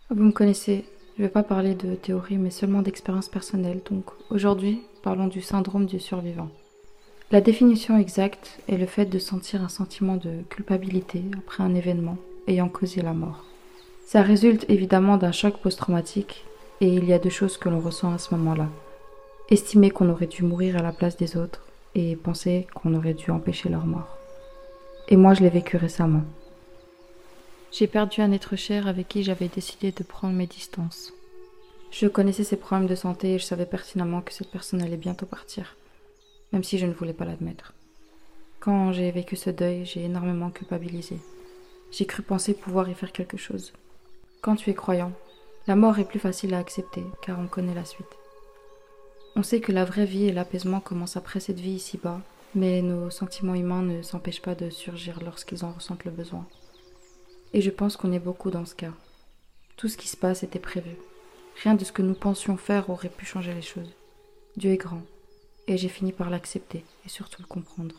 Vous me connaissez, je ne vais pas parler de théorie, mais seulement d'expérience personnelle. Donc aujourd'hui, parlons du syndrome du survivant. La définition exacte est le fait de sentir un sentiment de culpabilité après un événement ayant causé la mort. Ça résulte évidemment d'un choc post-traumatique et il y a deux choses que l'on ressent à ce moment-là. Estimer qu'on aurait dû mourir à la place des autres et penser qu'on aurait dû empêcher leur mort. Et moi, je l'ai vécu récemment. J'ai perdu un être cher avec qui j'avais décidé de prendre mes distances. Je connaissais ses problèmes de santé et je savais pertinemment que cette personne allait bientôt partir, même si je ne voulais pas l'admettre. Quand j'ai vécu ce deuil, j'ai énormément culpabilisé. J'ai cru penser pouvoir y faire quelque chose. Quand tu es croyant, la mort est plus facile à accepter car on connaît la suite. On sait que la vraie vie et l'apaisement commencent après cette vie ici-bas, mais nos sentiments humains ne s'empêchent pas de surgir lorsqu'ils en ressentent le besoin. Et je pense qu'on est beaucoup dans ce cas. Tout ce qui se passe était prévu. Rien de ce que nous pensions faire aurait pu changer les choses. Dieu est grand, et j'ai fini par l'accepter et surtout le comprendre.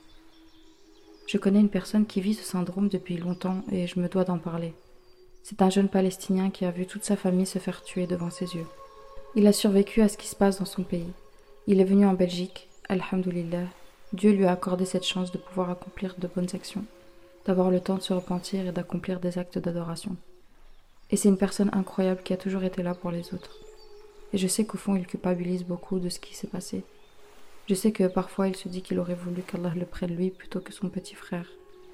Je connais une personne qui vit ce syndrome depuis longtemps et je me dois d'en parler. C'est un jeune Palestinien qui a vu toute sa famille se faire tuer devant ses yeux. Il a survécu à ce qui se passe dans son pays. Il est venu en Belgique, alhamdoulilah. Dieu lui a accordé cette chance de pouvoir accomplir de bonnes actions, d'avoir le temps de se repentir et d'accomplir des actes d'adoration. Et c'est une personne incroyable qui a toujours été là pour les autres. Et je sais qu'au fond, il culpabilise beaucoup de ce qui s'est passé. Je sais que parfois, il se dit qu'il aurait voulu qu'Allah le prenne lui plutôt que son petit frère.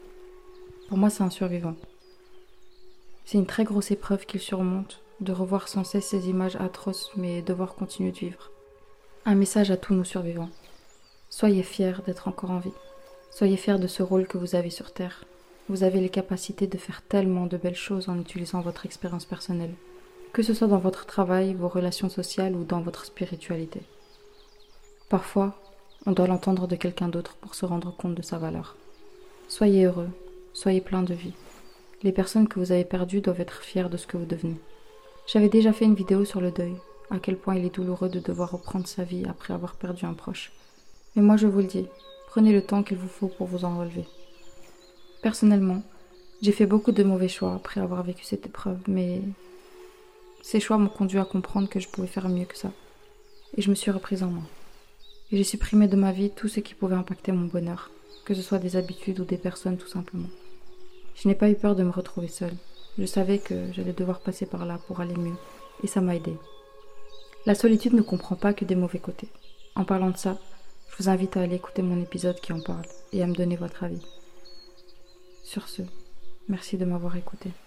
Pour moi, c'est un survivant. C'est une très grosse épreuve qu'il surmonte, de revoir sans cesse ces images atroces, mais devoir continuer de vivre. Un message à tous nos survivants. Soyez fiers d'être encore en vie. Soyez fiers de ce rôle que vous avez sur Terre. Vous avez les capacités de faire tellement de belles choses en utilisant votre expérience personnelle, que ce soit dans votre travail, vos relations sociales ou dans votre spiritualité. Parfois, on doit l'entendre de quelqu'un d'autre pour se rendre compte de sa valeur. Soyez heureux, soyez plein de vie. Les personnes que vous avez perdues doivent être fières de ce que vous devenez. J'avais déjà fait une vidéo sur le deuil, à quel point il est douloureux de devoir reprendre sa vie après avoir perdu un proche. Mais moi je vous le dis, prenez le temps qu'il vous faut pour vous en relever. Personnellement, j'ai fait beaucoup de mauvais choix après avoir vécu cette épreuve, mais ces choix m'ont conduit à comprendre que je pouvais faire mieux que ça. Et je me suis reprise en main. Et j'ai supprimé de ma vie tout ce qui pouvait impacter mon bonheur, que ce soit des habitudes ou des personnes tout simplement. Je n'ai pas eu peur de me retrouver seule. Je savais que j'allais devoir passer par là pour aller mieux, et ça m'a aidée. La solitude ne comprend pas que des mauvais côtés. En parlant de ça, je vous invite à aller écouter mon épisode qui en parle, et à me donner votre avis. Sur ce, merci de m'avoir écouté.